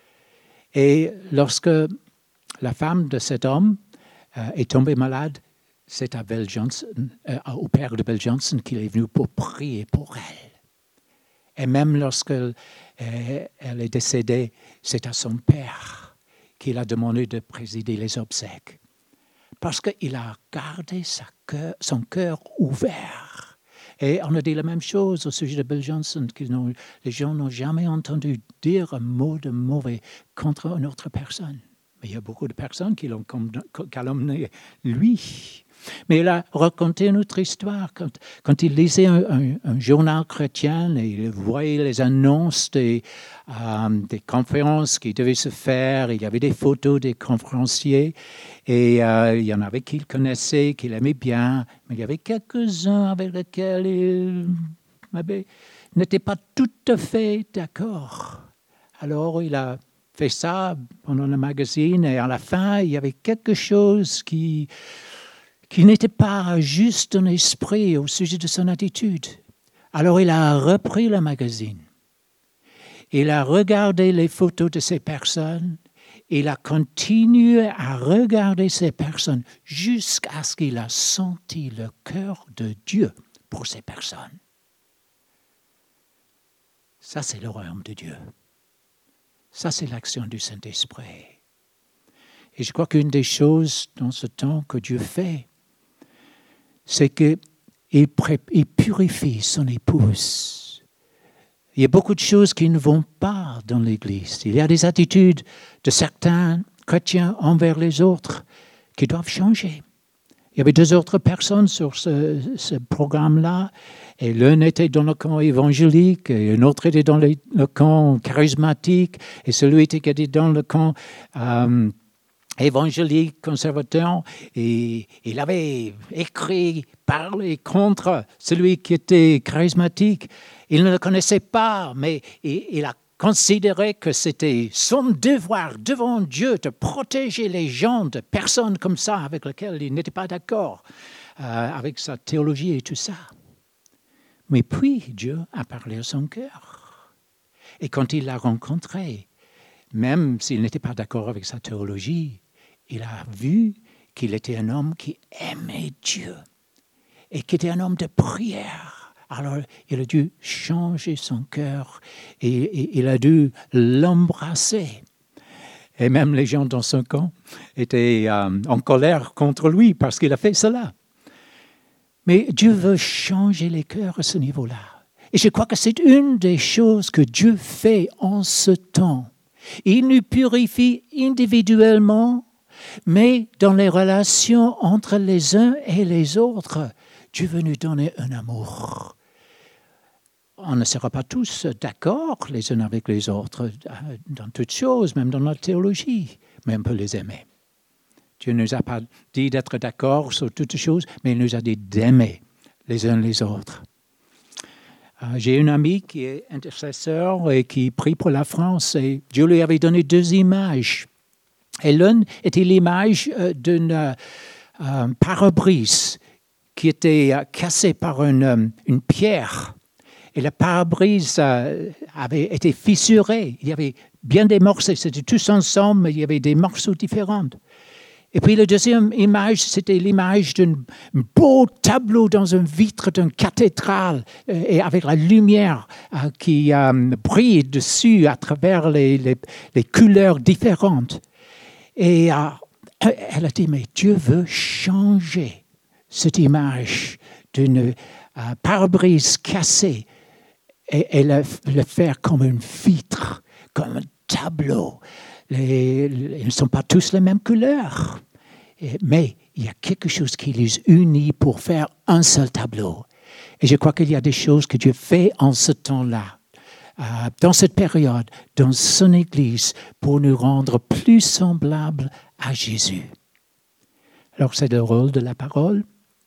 Et lorsque la femme de cet homme euh, est tombée malade, c'est à Bill Johnson, euh, au père de Bill Johnson qu'il est venu pour prier pour elle. Et même lorsqu'elle euh, elle est décédée, c'est à son père qu'il a demandé de présider les obsèques. Parce qu'il a gardé sa cœur, son cœur ouvert. Et on a dit la même chose au sujet de Bill Johnson, que les gens n'ont jamais entendu dire un mot de mauvais contre une autre personne. Mais il y a beaucoup de personnes qui l'ont calomnié, lui. Mais il a raconté une autre histoire. Quand, quand il lisait un, un, un journal chrétien et il voyait les annonces des, euh, des conférences qui devaient se faire, il y avait des photos des conférenciers et euh, il y en avait qu'il connaissait, qu'il aimait bien, mais il y avait quelques-uns avec lesquels il avait, n'était pas tout à fait d'accord. Alors il a fait ça pendant le magazine et à la fin, il y avait quelque chose qui... qui n'était pas juste en esprit au sujet de son attitude. Alors il a repris le magazine. Il a regardé les photos de ces personnes. Il a continué à regarder ces personnes jusqu'à ce qu'il a senti le cœur de Dieu pour ces personnes. Ça, c'est le royaume de Dieu. Ça, c'est l'action du Saint-Esprit. Et je crois qu'une des choses dans ce temps que Dieu fait, c'est qu'il pré- il purifie son épouse. Il y a beaucoup de choses qui ne vont pas dans l'Église. Il y a des attitudes de certains chrétiens envers les autres qui doivent changer. Il y avait deux autres personnes sur ce, ce programme-là, et l'un était dans le camp évangélique, et un autre était dans le, le camp charismatique, et celui qui était dans le camp... Euh, évangélique, conservateur, et il avait écrit, parlé contre celui qui était charismatique. Il ne le connaissait pas, mais il a considéré que c'était son devoir devant Dieu de protéger les gens de personnes comme ça avec lesquelles il n'était pas d'accord, euh, avec sa théologie et tout ça. Mais puis Dieu a parlé à son cœur. Et quand il l'a rencontré, même s'il n'était pas d'accord avec sa théologie, il a vu qu'il était un homme qui aimait Dieu et qui était un homme de prière. Alors, il a dû changer son cœur et, et il a dû l'embrasser. Et même les gens dans son camp étaient euh, en colère contre lui parce qu'il a fait cela. Mais Dieu veut changer les cœurs à ce niveau-là. Et je crois que c'est une des choses que Dieu fait en ce temps. Il nous purifie individuellement, mais dans les relations entre les uns et les autres, Dieu veut nous donner un amour. On ne sera pas tous d'accord les uns avec les autres dans toutes choses, même dans notre théologie, mais on peut les aimer. Dieu ne nous a pas dit d'être d'accord sur toutes choses, mais il nous a dit d'aimer les uns les autres. J'ai une amie qui est intercesseur et qui prie pour la France, et Dieu lui avait donné deux images. Et l'une était l'image d'une euh, pare-brise qui était euh, cassée par une, une pierre. Et le pare-brise euh, avait été fissuré. Il y avait bien des morceaux. C'était tous ensemble, mais il y avait des morceaux différents. Et puis la deuxième image, c'était l'image d'un beau tableau dans une vitre d'une cathédrale euh, et avec la lumière euh, qui euh, brille dessus à travers les, les, les couleurs différentes. Et euh, elle a dit, mais Dieu veut changer cette image d'une euh, pare-brise cassée et, et le, le faire comme une vitre, comme un tableau. Les, les, ils ne sont pas tous les mêmes couleurs, et, mais il y a quelque chose qui les unit pour faire un seul tableau. Et je crois qu'il y a des choses que Dieu fait en ce temps-là, euh, dans cette période, dans son Église, pour nous rendre plus semblables à Jésus. Alors c'est le rôle de la parole,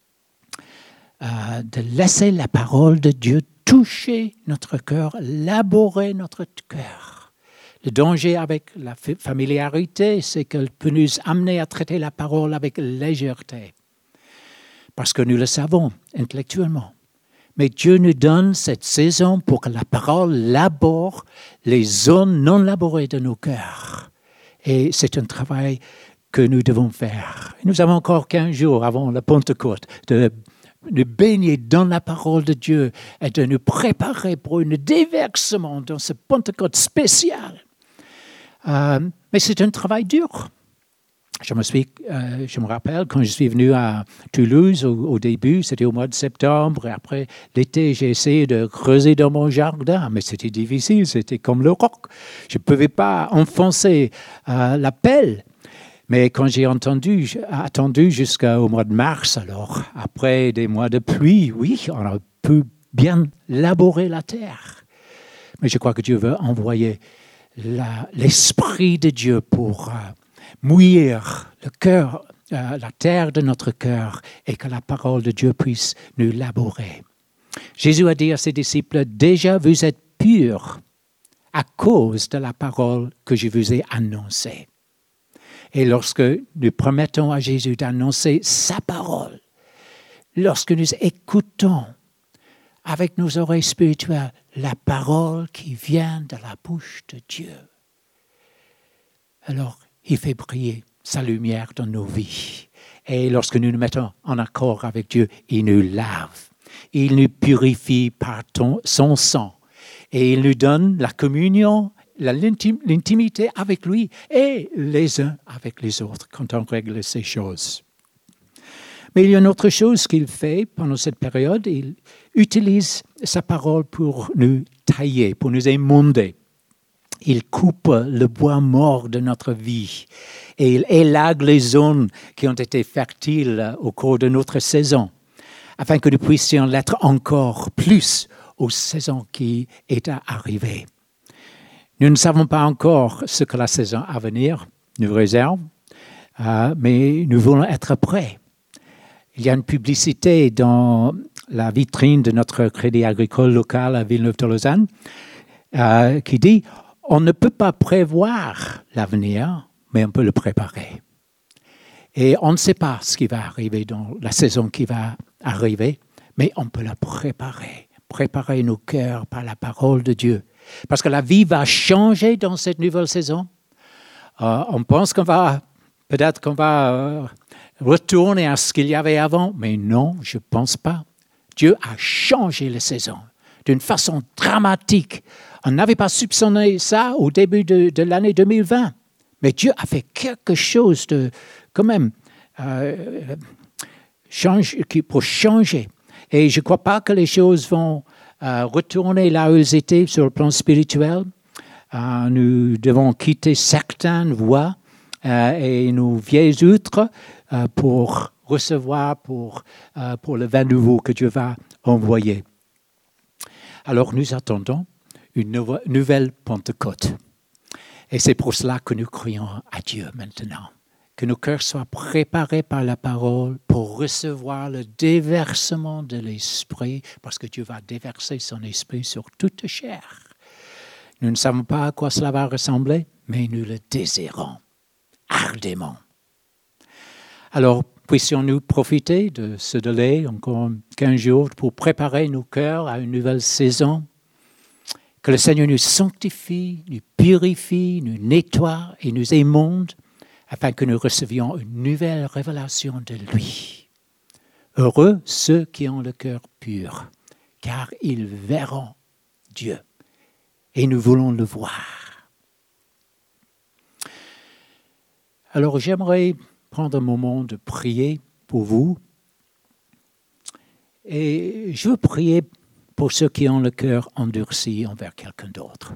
euh, de laisser la parole de Dieu toucher notre cœur, laborer notre cœur. Le danger avec la familiarité, c'est qu'elle peut nous amener à traiter la parole avec légèreté, parce que nous le savons intellectuellement. Mais Dieu nous donne cette saison pour que la parole labore les zones non laborées de nos cœurs. Et c'est un travail que nous devons faire. Nous avons encore quinze jours avant la Pentecôte de nous baigner dans la parole de Dieu et de nous préparer pour un déversement dans ce Pentecôte spécial. Euh, mais c'est un travail dur. Je me, suis, euh, je me rappelle quand je suis venu à Toulouse au, au début, c'était au mois de septembre, et après l'été, j'ai essayé de creuser dans mon jardin, mais c'était difficile, c'était comme le roc. Je ne pouvais pas enfoncer euh, la pelle. Mais quand j'ai entendu, j'ai attendu jusqu'au mois de mars, alors après des mois de pluie, oui, on a pu bien laborer la terre. Mais je crois que Dieu veut envoyer la, l'Esprit de Dieu pour... Euh, mouiller le cœur, euh, la terre de notre cœur et que la parole de Dieu puisse nous laborer. Jésus a dit à ses disciples, « Déjà vous êtes purs à cause de la parole que je vous ai annoncée. » Et lorsque nous permettons à Jésus d'annoncer sa parole, lorsque nous écoutons avec nos oreilles spirituelles la parole qui vient de la bouche de Dieu, alors il fait briller sa lumière dans nos vies. Et lorsque nous nous mettons en accord avec Dieu, il nous lave. Il nous purifie par ton, son sang. Et il nous donne la communion, la, l'intim, l'intimité avec lui et les uns avec les autres quand on règle ces choses. Mais il y a une autre chose qu'il fait pendant cette période. Il utilise sa parole pour nous tailler, pour nous émonder. Il coupe le bois mort de notre vie et il élague les zones qui ont été fertiles au cours de notre saison, afin que nous puissions l'être encore plus aux saisons qui est arrivée. Nous ne savons pas encore ce que la saison à venir nous réserve, euh, mais nous voulons être prêts. Il y a une publicité dans la vitrine de notre crédit agricole local à Villeneuve-de-Lausanne euh, qui dit « On ne peut pas prévoir l'avenir, mais on peut le préparer. » Et on ne sait pas ce qui va arriver dans la saison qui va arriver, mais on peut la préparer. Préparer nos cœurs par la parole de Dieu. Parce que la vie va changer dans cette nouvelle saison. Euh, on pense qu'on va, peut-être qu'on va euh, retourner à ce qu'il y avait avant, mais non, je ne pense pas. Dieu a changé la saison d'une façon dramatique. On n'avait pas soupçonné ça au début de, de l'année deux mille vingt. Mais Dieu a fait quelque chose de, quand même, euh, change, qui, pour changer. Et je ne crois pas que les choses vont euh, retourner là où elles étaient sur le plan spirituel. Euh, nous devons quitter certaines voies euh, et nos vieilles outres euh, pour recevoir pour, euh, pour le vin nouveau que Dieu va envoyer. Alors nous attendons une nouveau, nouvelle Pentecôte. Et c'est pour cela que nous crions à Dieu maintenant. Que nos cœurs soient préparés par la parole pour recevoir le déversement de l'Esprit, parce que Dieu va déverser son Esprit sur toute chair. Nous ne savons pas à quoi cela va ressembler, mais nous le désirons ardemment. Alors, puissions-nous profiter de ce délai, encore quinze jours, pour préparer nos cœurs à une nouvelle saison. Que le Seigneur nous sanctifie, nous purifie, nous nettoie et nous émonde, afin que nous recevions une nouvelle révélation de lui. Heureux ceux qui ont le cœur pur, car ils verront Dieu. Et nous voulons le voir. Alors j'aimerais prendre un moment de prier pour vous. Et je veux prier pour ceux qui ont le cœur endurci envers quelqu'un d'autre.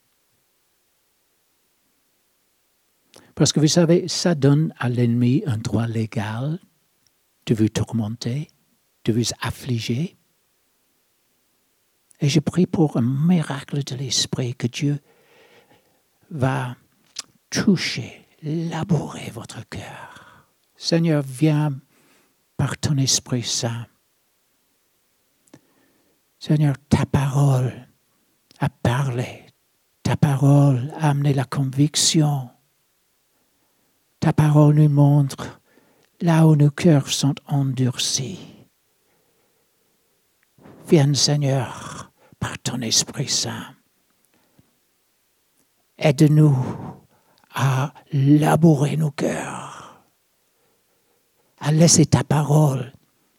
Parce que vous savez, ça donne à l'ennemi un droit légal de vous tourmenter, de vous affliger. Et je prie pour un miracle de l'esprit que Dieu va toucher, labourer votre cœur. Seigneur, viens par ton Esprit Saint. Seigneur, ta parole a parlé, ta parole a amené la conviction. Ta parole nous montre là où nos cœurs sont endurcis. Viens, Seigneur, par ton Esprit Saint. Aide-nous à labourer nos cœurs, à laisser ta parole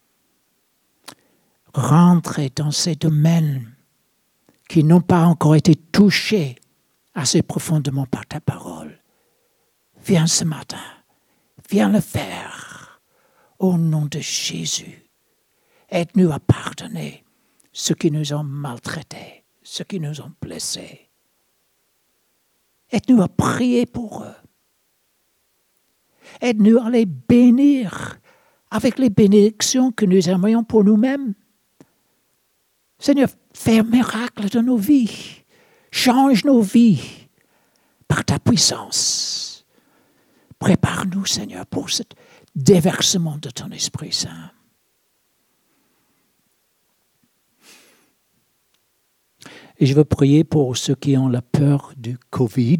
rentrer dans ces domaines qui n'ont pas encore été touchés assez profondément par ta parole. Viens ce matin, viens le faire au nom de Jésus. Aide-nous à pardonner ceux qui nous ont maltraités, ceux qui nous ont blessés. Aide-nous à prier pour eux. Aide-nous à les bénir avec les bénédictions que nous aimerions pour nous-mêmes. Seigneur, fais un miracle dans nos vies. Change nos vies par ta puissance. Prépare-nous, Seigneur, pour ce déversement de ton Esprit Saint. Et je veux prier pour ceux qui ont la peur du Covid.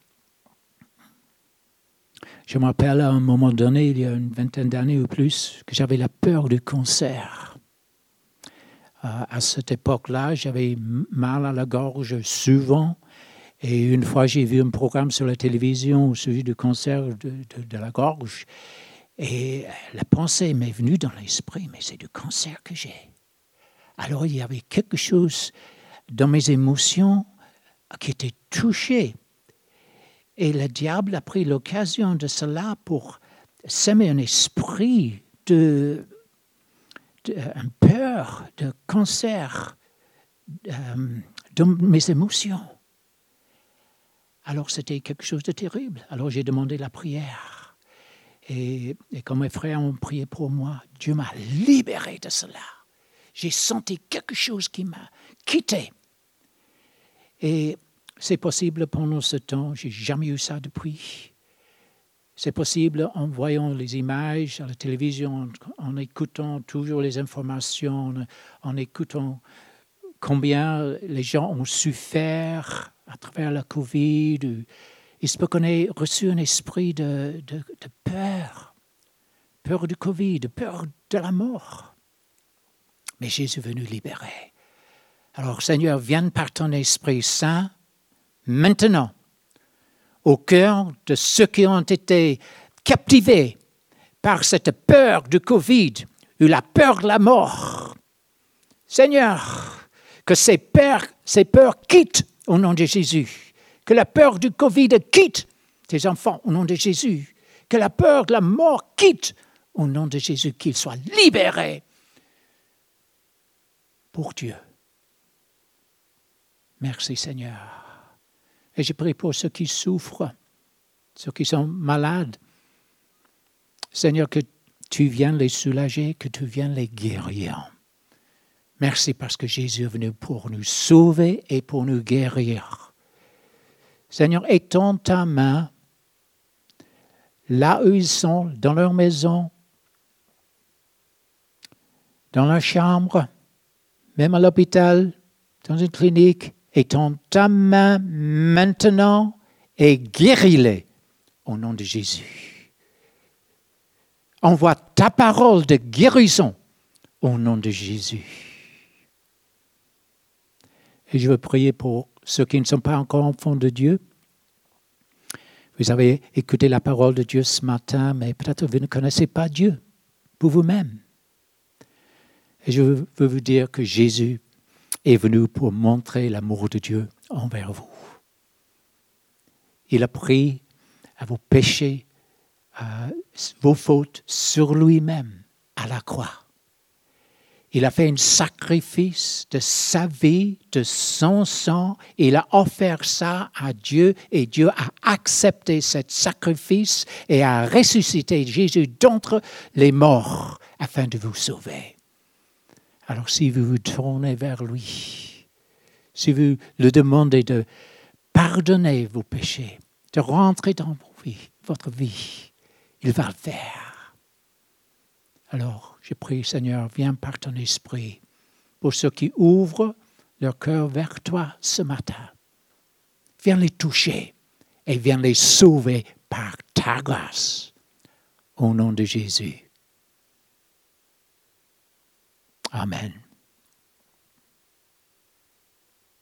Je me rappelle à un moment donné, il y a une vingtaine d'années ou plus, que j'avais la peur du cancer. Euh, à cette époque-là, j'avais mal à la gorge souvent. Et une fois, j'ai vu un programme sur la télévision au sujet du cancer de, de, de la gorge. Et la pensée m'est venue dans l'esprit, mais c'est du cancer que j'ai. Alors, il y avait quelque chose dans mes émotions qui était touché. Et le diable a pris l'occasion de cela pour semer un esprit de, de une peur, de cancer euh, dans mes émotions. Alors c'était quelque chose de terrible. Alors j'ai demandé la prière. Et, et quand mes frères ont prié pour moi, Dieu m'a libéré de cela. J'ai senti quelque chose qui m'a quitté. Et c'est possible pendant ce temps, je n'ai jamais eu ça depuis. C'est possible en voyant les images à la télévision, en, en écoutant toujours les informations, en, en écoutant combien les gens ont souffert à travers la Covid. Il se peut qu'on ait reçu un esprit de, de, de peur, peur du Covid, peur de la mort. Mais Jésus est venu libérer. Alors Seigneur, viens par ton Esprit Saint, maintenant, au cœur de ceux qui ont été captivés par cette peur du Covid, ou la peur de la mort. Seigneur, que ces peurs, ces peurs quittent au nom de Jésus. Que la peur du Covid quitte tes enfants au nom de Jésus. Que la peur de la mort quitte au nom de Jésus, qu'ils soient libérés pour Dieu. Merci Seigneur. Et je prie pour ceux qui souffrent, ceux qui sont malades. Seigneur, que tu viennes les soulager, que tu viennes les guérir. Merci parce que Jésus est venu pour nous sauver et pour nous guérir. Seigneur, étends ta main là où ils sont, dans leur maison, dans leur chambre, même à l'hôpital, dans une clinique. Étends ta main maintenant et guéris-les au nom de Jésus. Envoie ta parole de guérison au nom de Jésus. Et je veux prier pour ceux qui ne sont pas encore enfants de Dieu. Vous avez écouté la parole de Dieu ce matin, mais peut-être vous ne connaissez pas Dieu pour vous-même. Et je veux vous dire que Jésus est venu pour montrer l'amour de Dieu envers vous. Il a pris à vos péchés euh, vos fautes sur lui-même à la croix. Il a fait un sacrifice de sa vie, de son sang. Il a offert ça à Dieu et Dieu a accepté ce sacrifice et a ressuscité Jésus d'entre les morts afin de vous sauver. Alors si vous vous tournez vers lui, si vous le demandez de pardonner vos péchés, de rentrer dans vos vies, votre vie, il va le faire. Alors, je prie, Seigneur, viens par ton esprit pour ceux qui ouvrent leur cœur vers toi ce matin. Viens les toucher et viens les sauver par ta grâce. Au nom de Jésus. Amen.